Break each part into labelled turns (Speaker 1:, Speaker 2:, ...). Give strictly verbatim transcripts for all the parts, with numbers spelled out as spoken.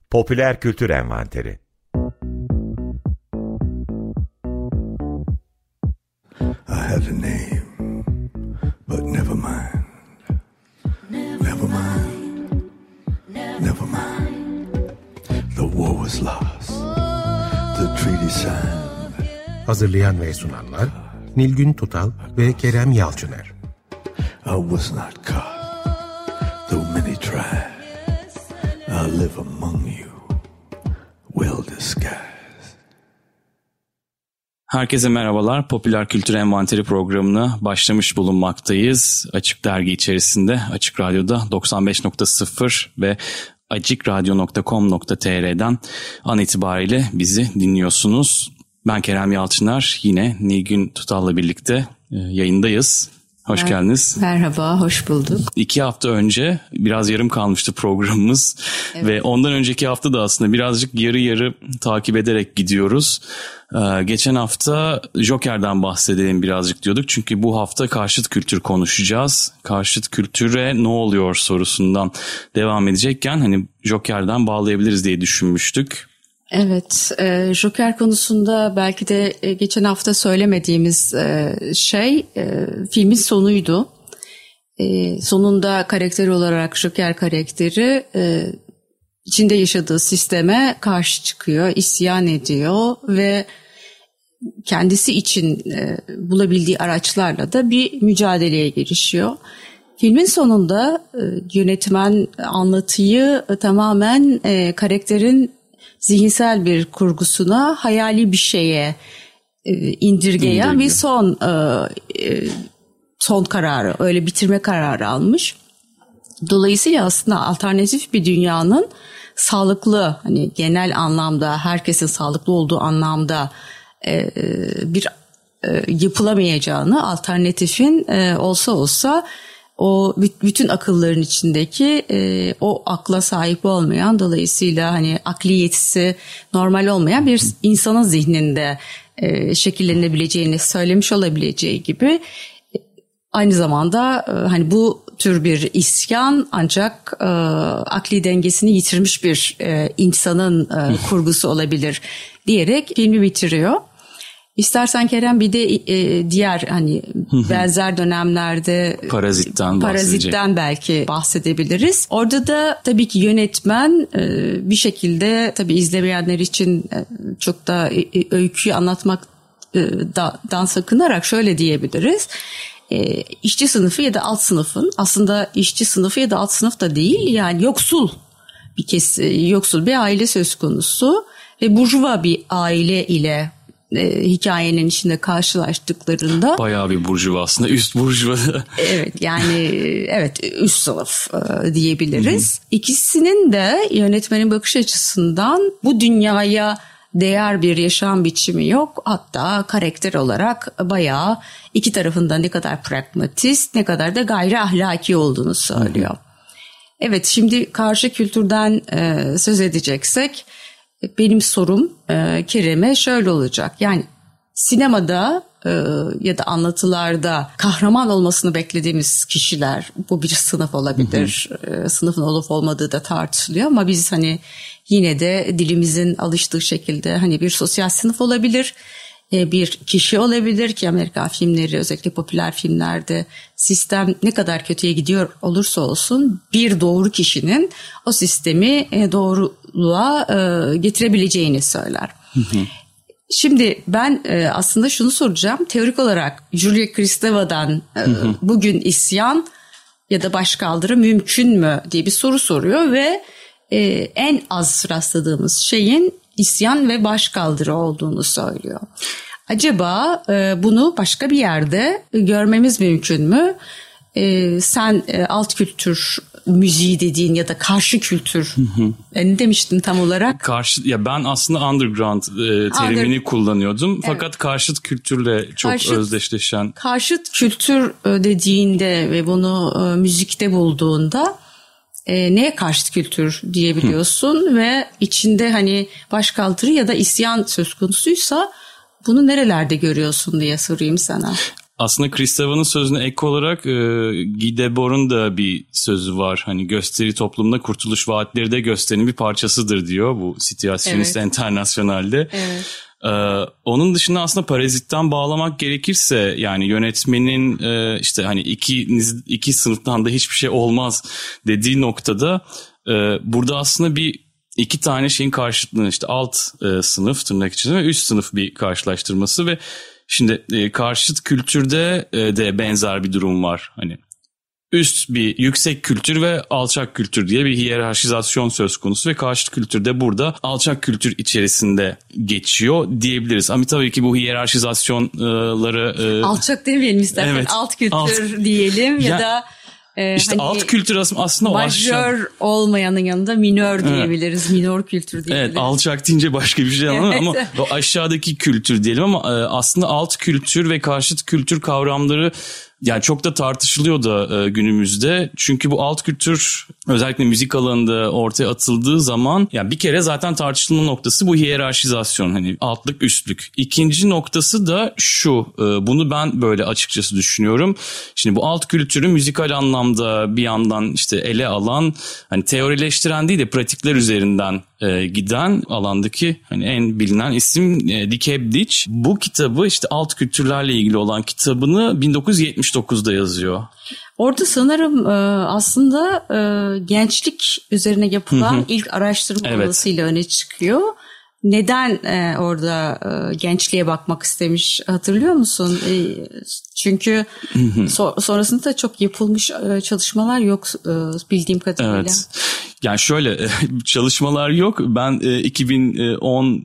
Speaker 1: Popüler Kültür Envanteri.
Speaker 2: I have a name, but never mind. Never mind. Never mind. The war was lost. The treaty signed.
Speaker 3: Hazırlayan ve sunanlar Nilgün Tutal ve Kerem Yalçıner.
Speaker 2: I was not caught, though many tried. I live among you, well disguised.
Speaker 4: Herkese merhabalar. Popüler Kültür Envanteri programına başlamış bulunmaktayız. Açık Dergi içerisinde, Açık Radyo'da doksan beş nokta sıfır ve acikradyo nokta com nokta tr'den an itibariyle bizi dinliyorsunuz. Ben Kerem Yalçıner, yine Nilgün Tutal'la birlikte yayındayız. Hoş geldiniz.
Speaker 5: Merhaba, hoş bulduk.
Speaker 4: İki hafta önce biraz yarım kalmıştı programımız. Evet. Ve ondan önceki hafta da aslında birazcık yarı yarı takip ederek gidiyoruz. Ee, geçen hafta Joker'den bahsedelim birazcık diyorduk. Çünkü bu hafta karşıt kültür konuşacağız. Karşıt kültüre ne oluyor sorusundan devam edecekken hani Joker'den bağlayabiliriz diye düşünmüştük.
Speaker 5: Evet, e, Joker konusunda belki de e, geçen hafta söylemediğimiz e, şey e, filmin sonuydu. E, sonunda karakter olarak Joker karakteri e, içinde yaşadığı sisteme karşı çıkıyor, isyan ediyor ve kendisi için e, bulabildiği araçlarla da bir mücadeleye girişiyor. Filmin sonunda e, yönetmen anlatıyı e, tamamen e, karakterin zihinsel bir kurgusuna, hayali bir şeye e, indirgeyen İndirge. bir son e, son kararı, öyle bitirme kararı almış. Dolayısıyla aslında alternatif bir dünyanın sağlıklı, hani genel anlamda herkesin sağlıklı olduğu anlamda e, bir e, yapılamayacağını, alternatifin e, olsa olsa o bütün akılların içindeki e, o akla sahip olmayan, dolayısıyla hani akli yetisi normal olmayan bir insanın zihninde e, şekillenebileceğini söylemiş olabileceği gibi e, aynı zamanda e, hani bu tür bir isyan ancak e, akli dengesini yitirmiş bir e, insanın e, kurgusu olabilir diyerek filmi bitiriyor. İstersen Kerem bir de e, diğer hani benzer dönemlerde
Speaker 4: Parazit'ten,
Speaker 5: Parazit'ten belki bahsedebiliriz. Orada da tabii ki yönetmen e, bir şekilde, tabii izlemeyenler için e, çok da e, öyküyü anlatmaktan sakınarak şöyle diyebiliriz. E, işçi sınıfı ya da alt sınıfın, aslında işçi sınıfı ya da alt sınıf da değil, yani yoksul bir kes, yoksul bir aile söz konusu ve burjuva bir aile ile E, hikayenin içinde karşılaştıklarında
Speaker 4: bayağı bir burjuva, aslında üst burjuva.
Speaker 5: Evet, yani evet, üst sınıf e, diyebiliriz. Hı hı. İkisinin de yönetmenin bakış açısından bu dünyaya değer bir yaşam biçimi yok. Hatta karakter olarak bayağı iki tarafında ne kadar pragmatist, ne kadar da gayri ahlaki olduğunu söylüyor. Hı hı. Evet, şimdi karşı kültürden e, söz edeceksek benim sorum e, Kerem'e şöyle olacak. Yani sinemada e, ya da anlatılarda kahraman olmasını beklediğimiz kişiler, bu bir sınıf olabilir. Hı hı. E, sınıfın olup olmadığı da tartışılıyor ama biz hani yine de dilimizin alıştığı şekilde hani bir sosyal sınıf olabilir. E, bir kişi olabilir ki Amerikan filmleri, özellikle popüler filmlerde sistem ne kadar kötüye gidiyor olursa olsun bir doğru kişinin o sistemi e, doğruluğa e, getirebileceğini söyler. Hı hı. Şimdi ben e, aslında şunu soracağım. Teorik olarak Julia Kristeva'dan e, hı hı. bugün isyan ya da başkaldırı mümkün mü diye bir soru soruyor ve e, en az rastladığımız şeyin isyan ve başkaldırı olduğunu söylüyor. Acaba e, bunu başka bir yerde görmemiz mümkün mü? E, sen e, alt kültür müziği dediğin ya da karşı kültür e, ne demiştin tam olarak?
Speaker 4: Karşı, ya ben aslında underground e, terimini Under... kullanıyordum. Evet. Fakat karşıt kültürle çok karşıt, özdeşleşen.
Speaker 5: Karşıt kültür dediğinde ve bunu e, müzikte bulduğunda E, neye karşıt kültür diyebiliyorsun Hı. ve içinde hani başkaldırı ya da isyan söz konusuysa bunu nerelerde görüyorsun diye sorayım sana.
Speaker 4: Aslında Kristava'nın sözüne ek olarak e, Guy Debord'un da bir sözü var. Hani gösteri toplumunda kurtuluş vaatleri de gösterinin bir parçasıdır diyor bu Situasyonist evet. International'de. Evet. Ee, onun dışında aslında Parazit'ten bağlamak gerekirse yani yönetmenin e, işte hani iki, iki sınıftan da hiçbir şey olmaz dediği noktada e, burada aslında bir iki tane şeyin karşıtlığını işte alt e, sınıf tırnak içinde ve üst sınıf bir karşılaştırması ve şimdi e, karşıt kültürde e, de benzer bir durum var. Hani üst bir yüksek kültür ve alçak kültür diye bir hiyerarşizasyon söz konusu ve karşıt kültür de burada alçak kültür içerisinde geçiyor diyebiliriz. Ama tabii ki bu hiyerarşizasyonları... E,
Speaker 5: alçak demeyelim istersen evet, alt kültür alt, diyelim ya, ya da... E,
Speaker 4: işte
Speaker 5: hani
Speaker 4: alt kültür aslında o aşağı...
Speaker 5: Majör olmayanın yanında minör diyebiliriz. Evet. Minor kültür diyebiliriz.
Speaker 4: Evet, alçak deyince başka bir şey ama, evet. ama o aşağıdaki kültür diyelim ama aslında alt kültür ve karşıt kültür kavramları yani çok da tartışılıyor da e, günümüzde. Çünkü bu alt kültür özellikle müzik alanında ortaya atıldığı zaman yani bir kere zaten tartışılma noktası bu hiyerarşizasyon. Hani altlık üstlük. İkinci noktası da şu. E, bunu ben böyle açıkçası düşünüyorum. Şimdi bu alt kültürü müzikal anlamda bir yandan işte ele alan hani teorileştiren değil de pratikler üzerinden e, giden alandaki hani en bilinen isim e, Dick Hebdige. Bu kitabı işte alt kültürlerle ilgili olan kitabını bin dokuz yüz yetmiş dokuzda yazıyor.
Speaker 5: Orada sanırım aslında gençlik üzerine yapılan hı hı. ilk araştırmasıyla evet. öne çıkıyor. Neden orada gençliğe bakmak istemiş hatırlıyor musun? Çünkü hı hı. sonrasında da çok yapılmış çalışmalar yok bildiğim kadarıyla. Evet.
Speaker 4: Yani şöyle çalışmalar yok. Ben iki bin on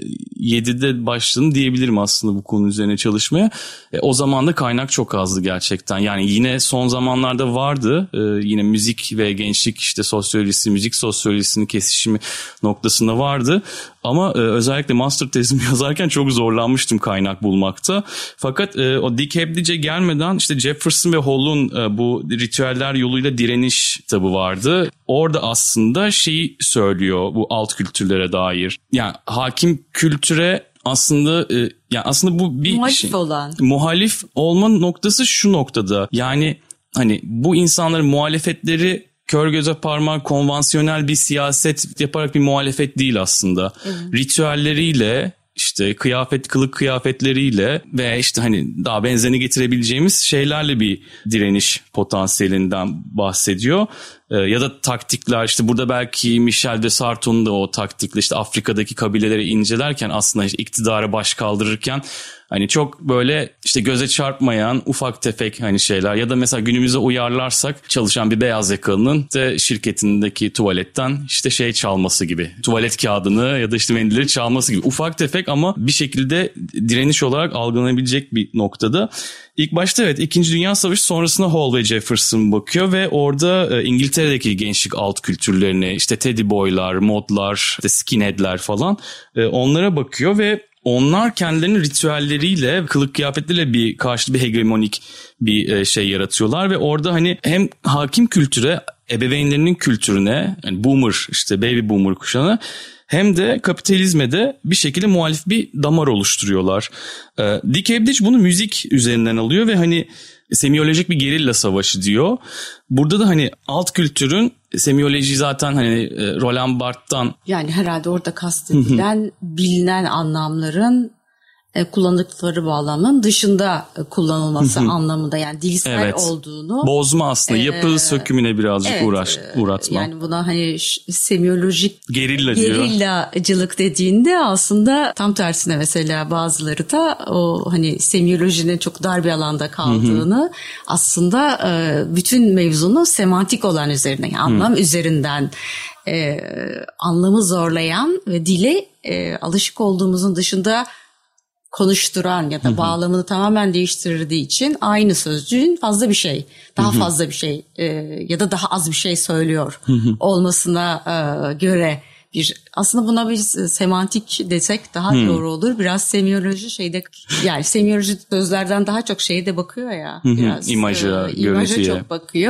Speaker 4: yedide başladım diyebilirim aslında bu konu üzerine çalışmaya. O zaman da kaynak çok azdı gerçekten. Yani yine son zamanlarda vardı. Yine müzik ve gençlik işte sosyolojisi, müzik sosyolojisinin kesişimi noktasında vardı. Ama özellikle master tezimi yazarken çok zorlanmıştım kaynak bulmakta. Fakat o Dick Hebdige gelmeden işte Jefferson ve Hall'un bu ritüeller yoluyla direniş kitabı vardı. Orada aslında şeyi söylüyor bu alt kültürlere dair. Yani hakim kültüre aslında e, yani aslında bu bir
Speaker 5: muhalif
Speaker 4: şey,
Speaker 5: olan.
Speaker 4: Muhalif olma noktası şu noktada. Yani hani bu insanların muhalefetleri kör göze parmak konvansiyonel bir siyaset yaparak bir muhalefet değil aslında. Evet. Ritüelleriyle işte kıyafet, kılık kıyafetleriyle ve işte hani daha benzerini getirebileceğimiz şeylerle bir direniş potansiyelinden bahsediyor. Ee, ya da taktikler işte burada belki Michel de Sarton'un da o taktikle işte Afrika'daki kabileleri incelerken aslında işte iktidara baş kaldırırken hani çok böyle işte göze çarpmayan ufak tefek hani şeyler ya da mesela günümüze uyarlarsak çalışan bir beyaz yakalının de şirketindeki tuvaletten işte şey çalması gibi. Tuvalet kağıdını ya da işte mendilleri çalması gibi ufak tefek ama bir şekilde direniş olarak algılanabilecek bir noktada. İlk başta evet İkinci Dünya Savaşı sonrasında Hall ve Jefferson bakıyor ve orada İngiltere'deki gençlik alt kültürlerine işte Teddy Boy'lar, modlar, işte skinhead'ler falan onlara bakıyor ve onlar kendilerinin ritüelleriyle, kılık kıyafetleriyle bir karşıtı bir hegemonik bir şey yaratıyorlar ve orada hani hem hakim kültüre, ebeveynlerinin kültürüne, yani boomer işte baby boomer kuşağına hem de kapitalizme de bir şekilde muhalif bir damar oluşturuyorlar. Dick Hebdige bunu müzik üzerinden alıyor ve hani semiyolojik bir gerilla savaşı diyor. Burada da hani alt kültürün semiyoloji zaten hani Roland Barthes'tan
Speaker 5: yani herhalde orada kastedilen bilinen anlamların kullandıkları bağlamın dışında kullanılması anlamında yani dilsel evet. olduğunu
Speaker 4: bozma aslında e, yapı sökümüne birazcık evet, uğraş uğratma.
Speaker 5: Yani buna hani semiyolojik
Speaker 4: gerilla
Speaker 5: gerillacılık dediğinde aslında tam tersine mesela bazıları da o hani semiyolojinin çok dar bir alanda kaldığını hı hı. aslında bütün mevzunun semantik olan üzerine yani anlam hı. üzerinden e, anlamı zorlayan ve dile e, alışık olduğumuzun dışında konuşturan ya da bağlamını tamamen değiştirdiği için aynı sözcüğün fazla bir şey, daha fazla bir şey e, ya da daha az bir şey söylüyor olmasına e, göre bir aslında buna bir semantik desek daha hmm. doğru olur. Biraz semiyoloji şeyde yani semiyoloji sözlerden daha çok şeye de bakıyor ya. Biraz
Speaker 4: imaja,
Speaker 5: e, imaja çok bakıyor.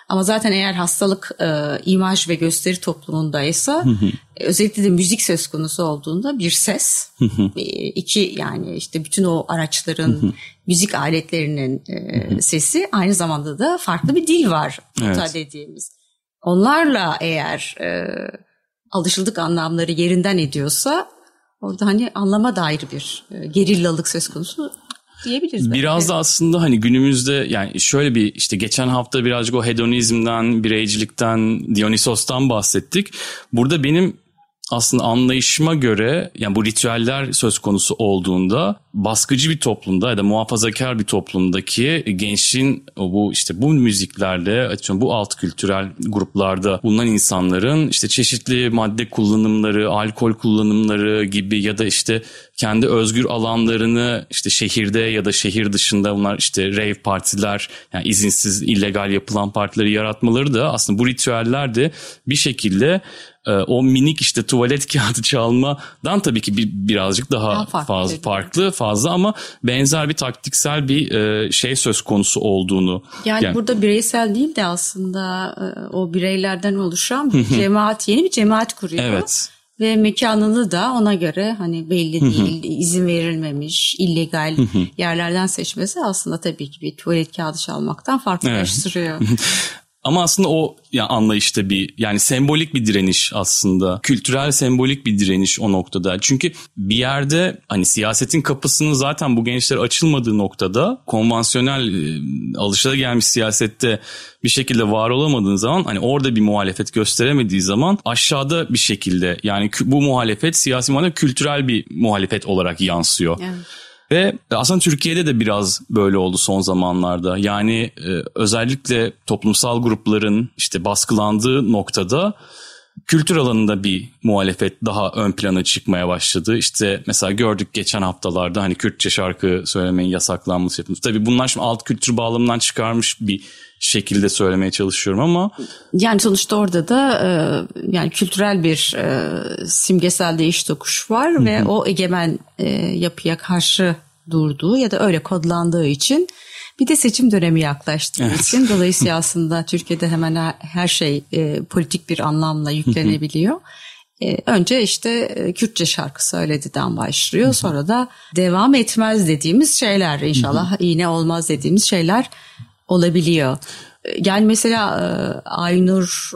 Speaker 5: Ama zaten eğer hastalık e, imaj ve gösteri toplumundaysa hı hı. özellikle de müzik söz konusu olduğunda bir ses, hı hı. E, iki yani işte bütün o araçların, hı hı. müzik aletlerinin e, hı hı. sesi, aynı zamanda da farklı bir dil var evet. dediğimiz. Onlarla eğer e, alışıldık anlamları yerinden ediyorsa orada hani anlama dair bir e, gerillalık söz konusu diyebiliriz.
Speaker 4: Biraz
Speaker 5: belki.
Speaker 4: da aslında hani günümüzde yani şöyle bir işte geçen hafta birazcık o hedonizmden, bireycilikten, Dionysos'tan bahsettik. Burada benim aslında anlayışıma göre yani bu ritüeller söz konusu olduğunda baskıcı bir toplumda ya da muhafazakar bir toplumdaki gençliğin bu işte bu müziklerle bu alt kültürel gruplarda bulunan insanların işte çeşitli madde kullanımları, alkol kullanımları gibi ya da işte kendi özgür alanlarını işte şehirde ya da şehir dışında bunlar işte rave partiler yani izinsiz illegal yapılan partileri yaratmaları da aslında bu ritüeller de bir şekilde o minik işte tuvalet kağıdı çalmadan tabii ki bir, birazcık daha, daha farklı, fazla farklı fazla ama benzer bir taktiksel bir şey söz konusu olduğunu.
Speaker 5: Yani, yani burada bireysel değil de aslında o bireylerden oluşan bir cemaat, yeni bir cemaat kuruyor.
Speaker 4: Evet.
Speaker 5: Ve mekanını da ona göre hani belli değil, izin verilmemiş, illegal yerlerden seçmesi aslında tabii ki bir tuvalet kağıdı çalmaktan farklılaştırıyor. Evet.
Speaker 4: Ama aslında o ya anlayışta bir yani sembolik bir direniş aslında. Kültürel sembolik bir direniş o noktada. Çünkü bir yerde hani siyasetin kapısının zaten bu gençler açılmadığı noktada konvansiyonel e, alışılagelmiş siyasette bir şekilde var olamadığın zaman hani orada bir muhalefet gösteremediği zaman aşağıda bir şekilde yani bu muhalefet siyasi muhalefet kültürel bir muhalefet olarak yansıyor. Evet. Ve aslında Türkiye'de de biraz böyle oldu son zamanlarda. Yani e, özellikle toplumsal grupların işte baskılandığı noktada kültür alanında bir muhalefet daha ön plana çıkmaya başladı. İşte mesela gördük geçen haftalarda hani Kürtçe şarkı söylemenin yasaklanması yapılmış. Tabii bunlar şimdi alt kültür bağlamından çıkarmış bir şekilde söylemeye çalışıyorum ama.
Speaker 5: Yani sonuçta orada da e, yani kültürel bir e, simgesel değiş tokuş var hı hı. ve o egemen e, yapıya karşı durduğu ya da öyle kodlandığı için bir de seçim dönemi yaklaştığı evet. için dolayısıyla aslında Türkiye'de hemen her şey e, politik bir anlamla yüklenebiliyor. E, önce işte e, Kürtçe şarkı söylediğinden başlıyor. Hı hı. Sonra da devam etmez dediğimiz şeyler inşallah hı hı. iğne olmaz dediğimiz şeyler olabiliyor. Yani mesela e, Aynur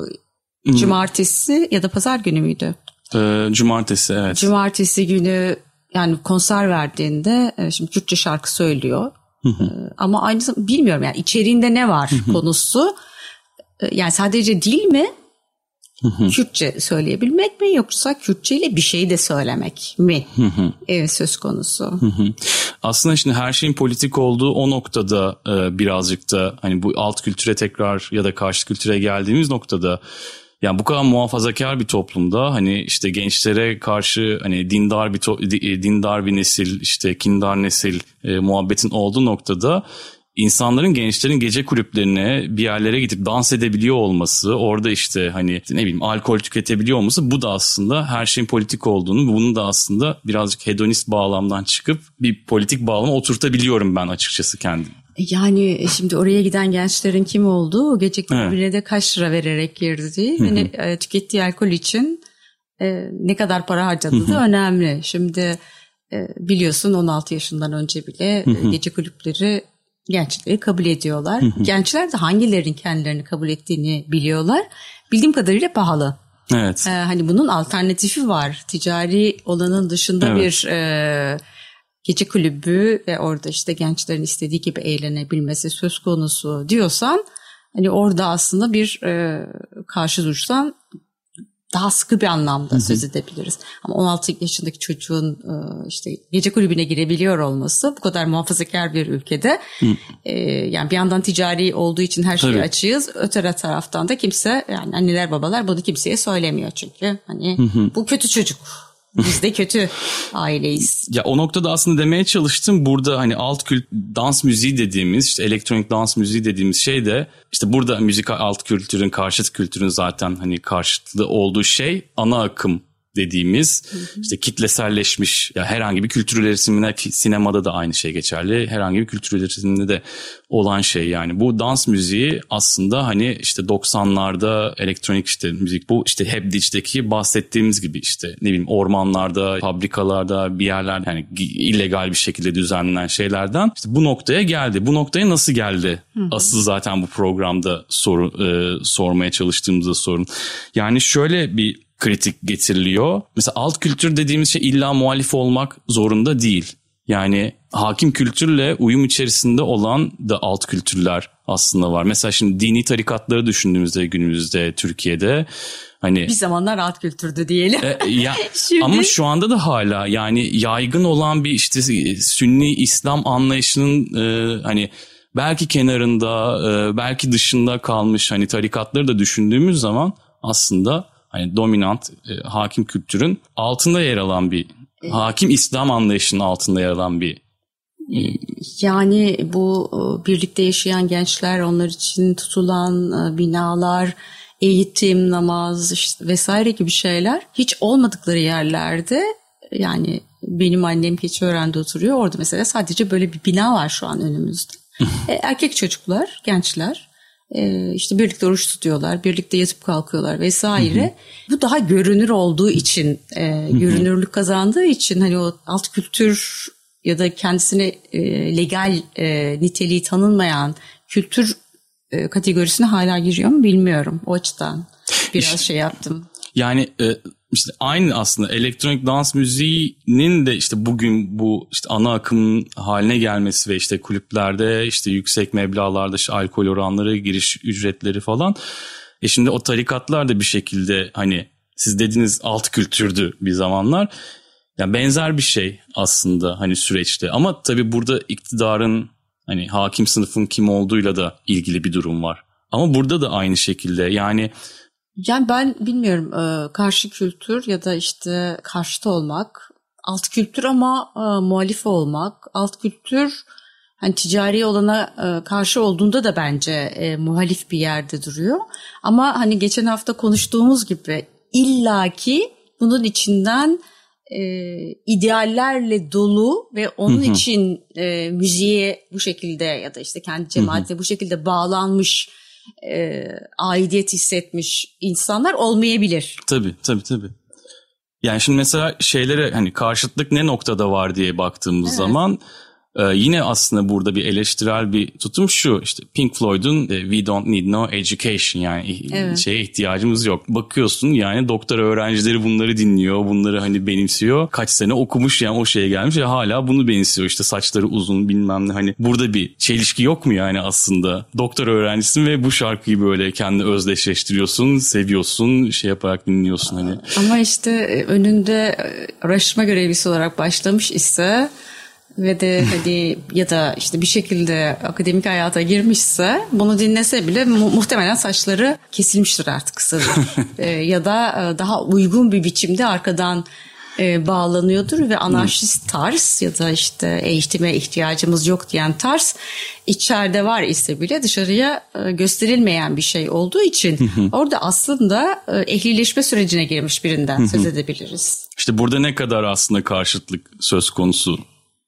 Speaker 5: e, cumartesi ya da pazar günü müydü?
Speaker 4: E, cumartesi evet.
Speaker 5: Cumartesi günü yani konser verdiğinde e, şimdi Kürtçe şarkı söylüyor. Hı hı. E, ama aynı zamanda bilmiyorum yani içeriğinde ne var hı hı. konusu. E, yani sadece dil mi? Hı hı. Kürtçe söyleyebilmek mi yoksa Kürtçe ile bir şey de söylemek mi? Hı hı. Evet söz konusu. Hı hı.
Speaker 4: Aslında şimdi her şeyin politik olduğu o noktada e, birazcık da hani bu alt kültüre tekrar ya da karşı kültüre geldiğimiz noktada yani bu kadar muhafazakar bir toplumda hani işte gençlere karşı hani dindar bir to- dindar bir nesil işte kindar nesil e, muhabbetin olduğu noktada İnsanların, gençlerin gece kulüplerine bir yerlere gidip dans edebiliyor olması, orada işte hani ne bileyim alkol tüketebiliyor olması bu da aslında her şeyin politik olduğunu, bunun da aslında birazcık hedonist bağlamdan çıkıp bir politik bağlama oturtabiliyorum ben açıkçası kendim.
Speaker 5: Yani şimdi oraya giden gençlerin kim olduğu, o gece kulübüne evet. de kaç lira vererek girdiği, hani e, tükettiği alkol için e, ne kadar para harcadığı da önemli. Şimdi e, biliyorsun on altı yaşından önce bile e, gece kulüpleri gençleri kabul ediyorlar. Hı hı. Gençler de hangilerinin kendilerini kabul ettiğini biliyorlar. Bildiğim kadarıyla pahalı.
Speaker 4: Evet.
Speaker 5: Ee, hani bunun alternatifi var. Ticari olanın dışında evet. bir e, gece kulübü ve orada işte gençlerin istediği gibi eğlenebilmesi söz konusu diyorsan hani orada aslında bir e, karşı duruştan daha sıkı bir anlamda hı hı. söz edebiliriz. Ama on altı yaşındaki çocuğun işte gece kulübüne girebiliyor olması bu kadar muhafazakar bir ülkede e, yani bir yandan ticari olduğu için her şeyi Tabii. açığız. Öte taraftan da kimse yani anneler babalar bunu kimseye söylemiyor çünkü hani hı hı. bu kötü çocuk. Biz de kötü aileyiz.
Speaker 4: Ya o noktada aslında demeye çalıştım. Burada hani alt kült dans müziği dediğimiz, işte elektronik dans müziği dediğimiz şey de işte burada müzik alt kültürün, karşıt kültürün zaten hani karşıtlı olduğu şey ana akım dediğimiz hı hı. işte kitleselleşmiş ya herhangi bir kültür üretimine, sinemada da aynı şey geçerli. Herhangi bir kültür üretiminde de olan şey yani. Bu dans müziği aslında hani işte doksanlarda elektronik işte müzik bu işte hep Ditch'teki bahsettiğimiz gibi işte ne bileyim ormanlarda, fabrikalarda bir yerlerde yani illegal bir şekilde düzenlenen şeylerden işte bu noktaya geldi. Bu noktaya nasıl geldi? Hı hı. Asıl zaten bu programda soru e, sormaya çalıştığımızda sorun. Yani şöyle bir kritik getiriliyor. Mesela alt kültür dediğimiz şey illa muhalif olmak zorunda değil. Yani hakim kültürle uyum içerisinde olan da alt kültürler aslında var. Mesela şimdi dini tarikatları düşündüğümüzde günümüzde Türkiye'de hani
Speaker 5: bir zamanlar alt kültürdü diyelim.
Speaker 4: E, ya, şimdi... Ama şu anda da hala yani yaygın olan bir işte Sünni İslam anlayışının e, hani belki kenarında e, belki dışında kalmış hani tarikatları da düşündüğümüz zaman aslında hani dominant e, hakim kültürün altında yer alan bir e, hakim İslam anlayışının altında yer alan bir e,
Speaker 5: yani bu birlikte yaşayan gençler, onlar için tutulan binalar, eğitim, namaz işte vesaire gibi şeyler hiç olmadıkları yerlerde yani benim annem Keçiören'de oturuyor. Orada mesela sadece böyle bir bina var şu an önümüzde. e, erkek çocuklar, gençler e, işte birlikte oruç tutuyorlar, birlikte yatıp kalkıyorlar vesaire. Hı hı. Bu daha görünür olduğu için, e, görünürlük kazandığı için hani o alt kültür ya da kendisine e, legal e, niteliği tanınmayan kültür e, kategorisine hala giriyor mu bilmiyorum. O açıdan biraz işte, şey yaptım.
Speaker 4: Yani e, işte aynı aslında elektronik dans müziğinin de işte bugün bu işte ana akım haline gelmesi ve işte kulüplerde işte yüksek meblağlarda işte alkol oranları, giriş ücretleri falan. E şimdi o tarikatlar da bir şekilde hani siz dediğiniz alt kültürdü bir zamanlar. Yani benzer bir şey aslında hani süreçte ama tabii burada iktidarın hani hakim sınıfın kim olduğuyla da ilgili bir durum var. Ama burada da aynı şekilde yani
Speaker 5: yani ben bilmiyorum karşı kültür ya da işte karşıta olmak, alt kültür ama e, muhalif olmak, alt kültür hani ticari olana e, karşı olduğunda da bence e, muhalif bir yerde duruyor. Ama hani geçen hafta konuştuğumuz gibi illaki bunun içinden e, ideallerle dolu ve onun hı hı. için e, müziğe bu şekilde ya da işte kendi cemaatine hı hı. bu şekilde bağlanmış, e, aidiyet hissetmiş insanlar olmayabilir.
Speaker 4: Tabii tabii tabii. Yani şimdi mesela şeylere hani karşıtlık ne noktada var diye baktığımız evet. zaman e, yine aslında burada bir eleştirel bir tutum şu işte Pink Floyd'un e, We Don't Need No Education yani evet. şeye ihtiyacımız yok. Bakıyorsun yani doktora öğrencileri bunları dinliyor, bunları hani benimsiyor. Kaç sene okumuş yani o şeye gelmiş ve hala bunu benimsiyor işte saçları uzun bilmem ne hani burada bir çelişki yok mu yani aslında? Doktora öğrencisin ve bu şarkıyı böyle kendi özdeşleştiriyorsun, seviyorsun, şey yaparak dinliyorsun hani.
Speaker 5: Ama işte önünde araştırma görevlisi olarak başlamış ise ve de hani ya da işte bir şekilde akademik hayata girmişse bunu dinlese bile mu- muhtemelen saçları kesilmiştir artık kısadır. ee, ya da daha uygun bir biçimde arkadan e, bağlanıyordur ve anarşist tarz ya da işte eğitime ihtiyacımız yok diyen tarz içeride var ise bile dışarıya e, gösterilmeyen bir şey olduğu için orada aslında e, ehlileşme sürecine girmiş birinden söz edebiliriz.
Speaker 4: İşte burada ne kadar aslında karşıtlık söz konusu?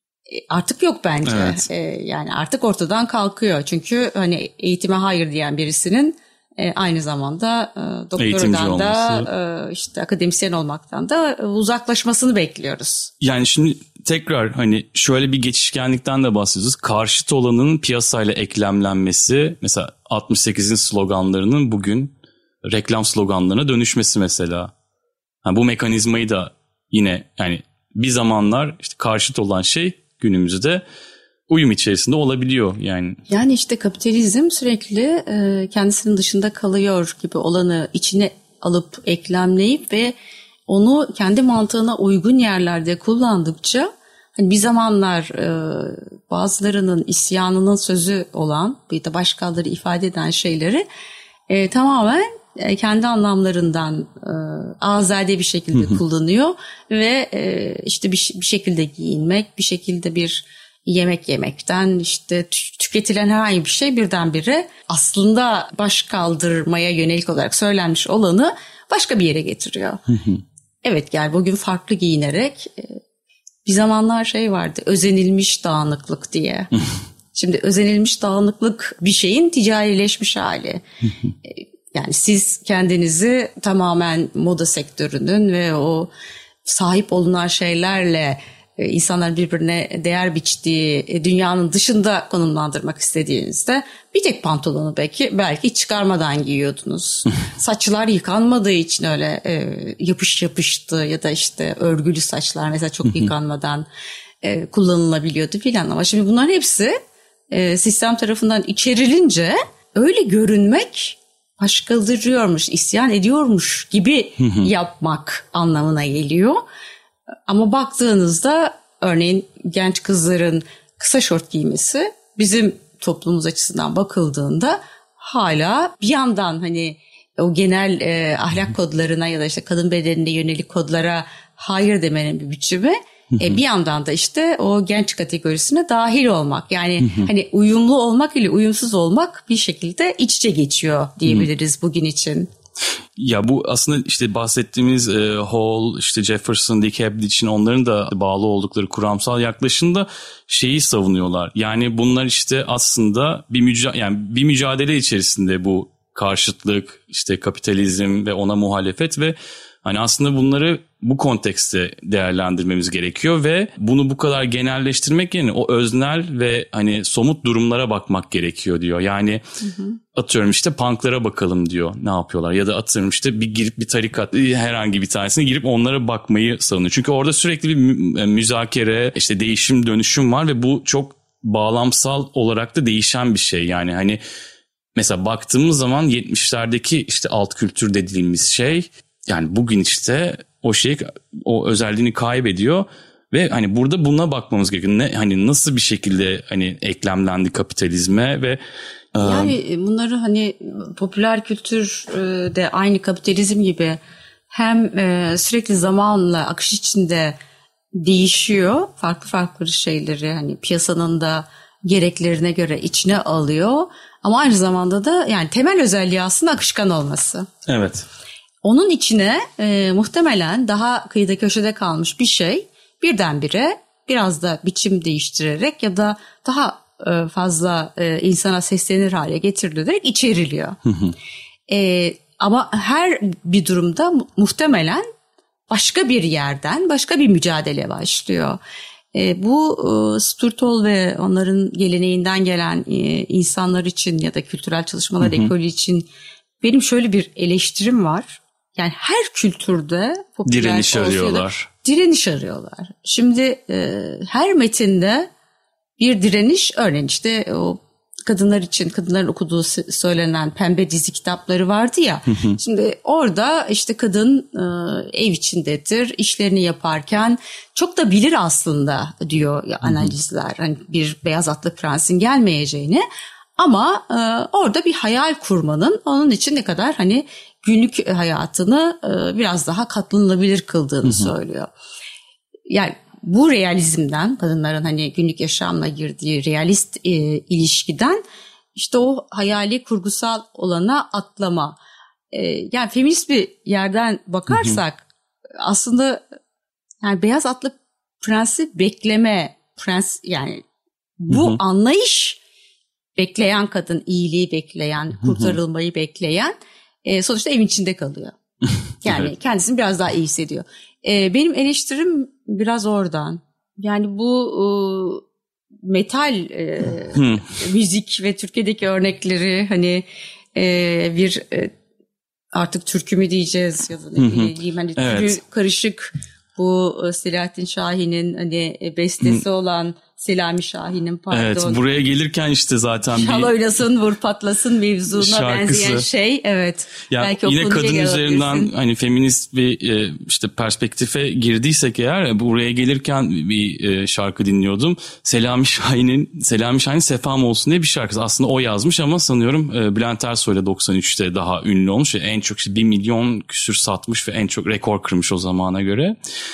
Speaker 5: Artık yok bence. Evet. Ee, yani artık ortadan kalkıyor. Çünkü hani eğitime hayır diyen birisinin e, aynı zamanda e, doktoradan da e, işte akademisyen olmaktan da e, uzaklaşmasını bekliyoruz.
Speaker 4: Yani şimdi tekrar hani şöyle bir geçişkenlikten de bahsediyoruz. Karşıt olanın piyasayla eklemlenmesi mesela altmış sekizin sloganlarının bugün reklam sloganlarına dönüşmesi mesela. Yani bu mekanizmayı da yine yani bir zamanlar işte karşıt olan şey günümüzde uyum içerisinde olabiliyor yani.
Speaker 5: Yani işte kapitalizm sürekli e, kendisinin dışında kalıyor gibi olanı içine alıp eklemleyip ve onu kendi mantığına uygun yerlerde kullandıkça hani bir zamanlar e, bazılarının isyanının sözü olan bir de başkaları ifade eden şeyleri e, tamamen e, kendi anlamlarından e, azade bir şekilde hı hı. kullanıyor ve e, işte bir, bir şekilde giyinmek, bir şekilde bir yemek yemekten işte tüketilen herhangi bir şey birdenbire aslında baş kaldırmaya yönelik olarak söylenmiş olanı başka bir yere getiriyor. Hı hı. evet yani bugün farklı giyinerek e, bir zamanlar şey vardı, özenilmiş dağınıklık diye. Şimdi özenilmiş dağınıklık bir şeyin ticarileşmiş hali. Yani siz kendinizi tamamen moda sektörünün ve o sahip olunan şeylerle insanlar birbirine değer biçtiği dünyanın dışında konumlandırmak istediğinizde bir tek pantolonu belki belki çıkarmadan giyiyordunuz. Saçlar yıkanmadığı için öyle e, yapış yapıştı ya da işte örgülü saçlar mesela çok yıkanmadan e, kullanılabiliyordu filan. Ama şimdi bunların hepsi e, sistem tarafından içerilince öyle görünmek başkaldırıyormuş, isyan ediyormuş gibi yapmak anlamına geliyor. Ama baktığınızda örneğin genç kızların kısa şort giymesi bizim toplumumuz açısından bakıldığında hala bir yandan hani o genel e, ahlak kodlarına ya da işte kadın bedenine yönelik kodlara hayır demenin bir biçimi. E, bir yandan da işte o genç kategorisine dahil olmak, yani hani uyumlu olmak ile uyumsuz olmak bir şekilde iç içe geçiyor diyebiliriz bugün için.
Speaker 4: Ya bu aslında işte bahsettiğimiz e, Hall, işte Jefferson, Dick Hebdich'in onların da bağlı oldukları kuramsal yaklaşımda şeyi savunuyorlar. Yani bunlar işte aslında bir müca- yani bir mücadele içerisinde bu karşıtlık, işte kapitalizm ve ona muhalefet ve hani aslında bunları bu kontekste değerlendirmemiz gerekiyor ve bunu bu kadar genelleştirmek yerine o öznel ve hani somut durumlara bakmak gerekiyor diyor. Yani hı hı. atıyorum işte punklara bakalım diyor, ne yapıyorlar, ya da atıyorum işte bir girip bir tarikat herhangi bir tanesine girip onlara bakmayı savunuyor. Çünkü orada sürekli bir müzakere, işte değişim dönüşüm var ve bu çok bağlamsal olarak da değişen bir şey. Yani hani mesela baktığımız zaman yetmişlerdeki işte alt kültür dediğimiz şey, yani bugün işte o şey, o özelliğini kaybediyor ve hani burada buna bakmamız gerekiyor. Ne, hani nasıl bir şekilde hani eklemlendi kapitalizme ve
Speaker 5: yani bunları hani popüler kültür de aynı kapitalizm gibi hem sürekli zamanla akış içinde değişiyor, farklı farklı şeyleri hani piyasanın da gereklerine göre içine alıyor, ama aynı zamanda da yani temel özelliği aslında akışkan olması.
Speaker 4: Evet.
Speaker 5: Onun içine e, muhtemelen daha kıyıda köşede kalmış bir şey birdenbire biraz da biçim değiştirerek ya da daha e, fazla e, insana seslenir hale getirilerek içeriliyor. e, ama her bir durumda muhtemelen başka bir yerden başka bir mücadele başlıyor. E, bu e, Stuart Hall ve onların geleneğinden gelen e, insanlar için ya da kültürel çalışmalar ekolü için benim şöyle bir eleştirim var. Yani her kültürde popüler
Speaker 4: direniş arıyorlar.
Speaker 5: Direniş arıyorlar. Şimdi e, her metinde bir direniş, örneğin işte o kadınlar için, kadınların okuduğu söylenen pembe dizi kitapları vardı ya. Şimdi orada işte kadın e, ev içindedir, işlerini yaparken çok da bilir aslında diyor ya, analizler. Hani bir beyaz atlı prensin gelmeyeceğini, ama e, orada bir hayal kurmanın onun için ne kadar hani günlük hayatını e, biraz daha katlanılabilir kıldığını hı hı. söylüyor. Yani bu realizmden, kadınların hani günlük yaşamla girdiği realist e, ilişkiden işte o hayali kurgusal olana atlama. E, yani feminist bir yerden bakarsak hı hı. aslında yani beyaz atlı prensi bekleme, prens yani bu hı hı. anlayış, bekleyen kadın, iyiliği bekleyen, kurtarılmayı hı hı. bekleyen e, sonuçta evin içinde kalıyor. Yani evet. kendisini biraz daha iyi hissediyor. E, benim eleştirim biraz oradan. Yani bu e, metal e, müzik ve Türkiye'deki örnekleri hani e, bir e, artık türkü mü diyeceğiz ya da ne bileyim hani türü evet. karışık bu Selahattin Şahin'in hani bestesi Hı. olan Selami Şahin'in pardon.
Speaker 4: Evet, buraya gelirken işte zaten bir...
Speaker 5: Şal oynasın, vur patlasın mevzuna şarkısı. Benzeyen şey. Evet.
Speaker 4: Ya belki yine kadın üzerinden hani feminist bir işte perspektife girdiysek eğer, buraya gelirken bir şarkı dinliyordum. Selami Şahin'in Selami Şahin'in Sefam Olsun diye bir şarkısı. Aslında o yazmış ama sanıyorum Bülent Ersoy'la doksan üçte daha ünlü olmuş. En çok işte bir milyon küsür satmış ve en çok rekor kırmış o zamana göre.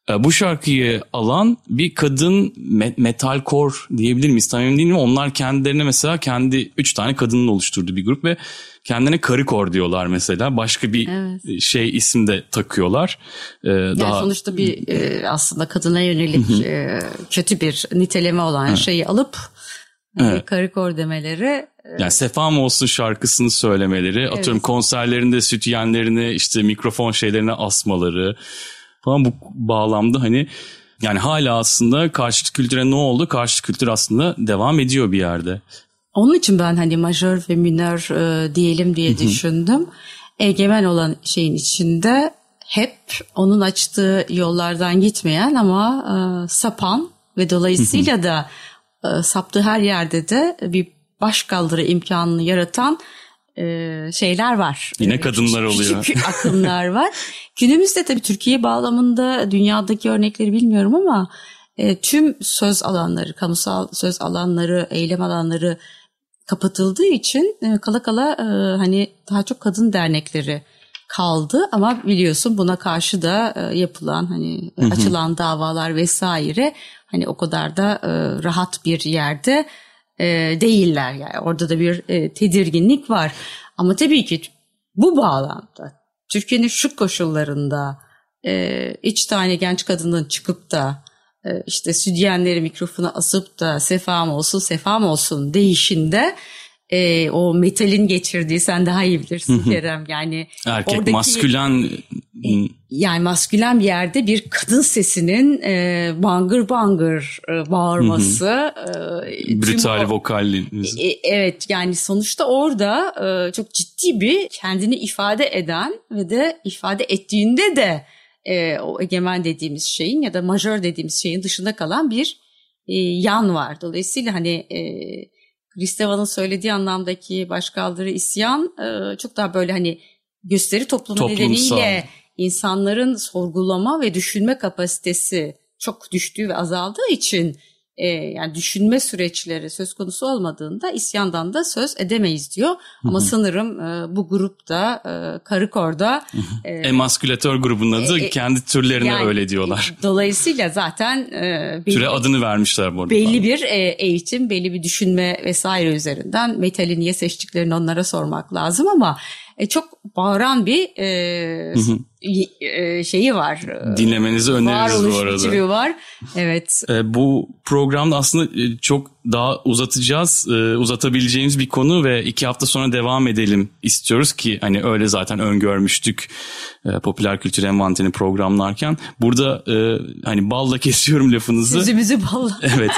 Speaker 4: Bu şarkıyı alan bir kadın metalcore diyebilir miyiz? Tam emin değilim. Onlar kendilerine mesela kendi üç tane kadının oluşturduğu bir grup ve kendine karikor diyorlar mesela. Başka bir evet. şey isim de takıyorlar. Ee,
Speaker 5: yani
Speaker 4: daha...
Speaker 5: sonuçta bir e, aslında kadına yönelik e, kötü bir niteleme olan evet. şeyi alıp evet. e, karikor demeleri. E...
Speaker 4: Yani Sefam Olsun şarkısını söylemeleri, evet. atıyorum konserlerinde sütyenlerini işte mikrofon şeylerine asmaları falan bu bağlamda hani yani hala aslında karşıt kültüre ne oldu? Karşıt kültür aslında devam ediyor bir yerde.
Speaker 5: Onun için ben hani majör ve minör e, diyelim diye düşündüm. Egemen olan şeyin içinde hep onun açtığı yollardan gitmeyen ama e, sapan ve dolayısıyla da e, saptığı her yerde de bir başkaldırı imkanını yaratan e, şeyler var.
Speaker 4: Yine e, kadınlar oluyor.
Speaker 5: Küçük akımlar var. Günümüzde tabii Türkiye bağlamında dünyadaki örnekleri bilmiyorum ama e, tüm söz alanları, kamusal söz alanları, eylem alanları kapatıldığı için e, kala kala e, hani daha çok kadın dernekleri kaldı ama biliyorsun buna karşı da e, yapılan hani hı hı. açılan davalar vesaire hani o kadar da e, rahat bir yerde e, değiller yani orada da bir e, tedirginlik var ama tabii ki bu bağlamda Türkiye'nin şu koşullarında e, üç tane genç kadının çıkıp da e, işte sütyenleri mikrofona asıp da sefam olsun sefam olsun deyişinde e, o metalin geçirdiği sen daha iyi bilirsin Kerem yani
Speaker 4: erkek oradaki, maskülen
Speaker 5: e, yani maskülen bir yerde bir kadın sesinin e, bangır bangır e, bağırması
Speaker 4: e, brutal vokal
Speaker 5: e, evet yani sonuçta orada e, çok ciddi bir kendini ifade eden ve de ifade ettiğinde de e, o egemen dediğimiz şeyin ya da majör dediğimiz şeyin dışında kalan bir e, yan var. Dolayısıyla hani e, Kristeva'nın söylediği anlamdaki başkaldırı isyan e, çok daha böyle hani gösteri toplumu Toplumsal. nedeniyle insanların sorgulama ve düşünme kapasitesi çok düştüğü ve azaldığı için e, yani düşünme süreçleri söz konusu olmadığında isyandan da söz edemeyiz diyor. Hı hı. Ama sanırım e, bu grupta e, Karikor'da
Speaker 4: e, emaskülatör grubunun adı e, kendi türlerine yani, öyle diyorlar.
Speaker 5: Dolayısıyla zaten e, belli,
Speaker 4: türe adını vermişler bu arada.
Speaker 5: Belli bir e, eğitim, belli bir düşünme vesaire üzerinden metali niye seçtiklerini onlara sormak lazım ama E, çok bağıran bir e, hı hı. E, şeyi var.
Speaker 4: Dinlemenizi öneririz bu arada.
Speaker 5: Biçimi var. Evet.
Speaker 4: E, bu programda aslında çok daha uzatacağız, e, uzatabileceğimiz bir konu ve iki hafta sonra devam edelim istiyoruz ki hani öyle zaten öngörmüştük e, popüler kültür envanterini programlarken. Burada e, hani balla kesiyorum lafınızı.
Speaker 5: Sözümüzü balla.
Speaker 4: Evet.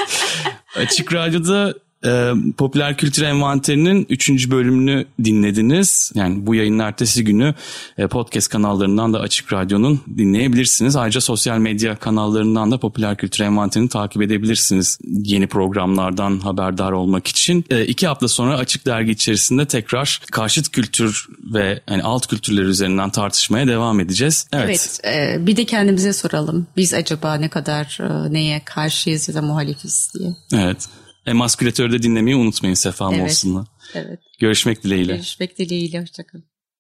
Speaker 4: Açık Radyo'da Ee, Popüler Kültür Envanteri'nin üçüncü bölümünü dinlediniz. Yani bu yayının ertesi günü e, podcast kanallarından da Açık Radyo'nun dinleyebilirsiniz. Ayrıca sosyal medya kanallarından da Popüler Kültür Envanteri'ni takip edebilirsiniz. Yeni programlardan haberdar olmak için. E, iki hafta sonra Açık Dergi içerisinde tekrar karşıt kültür ve yani alt kültürler üzerinden tartışmaya devam edeceğiz. Evet.
Speaker 5: Evet e, bir de kendimize soralım. Biz acaba ne kadar e, neye karşıyız ya da muhalifiz diye.
Speaker 4: Evet. Emaskülatörü de dinlemeyi unutmayın Sefam
Speaker 5: evet,
Speaker 4: Olsun'la.
Speaker 5: Evet.
Speaker 4: Görüşmek dileğiyle.
Speaker 5: Görüşmek dileğiyle. Hoşçakalın.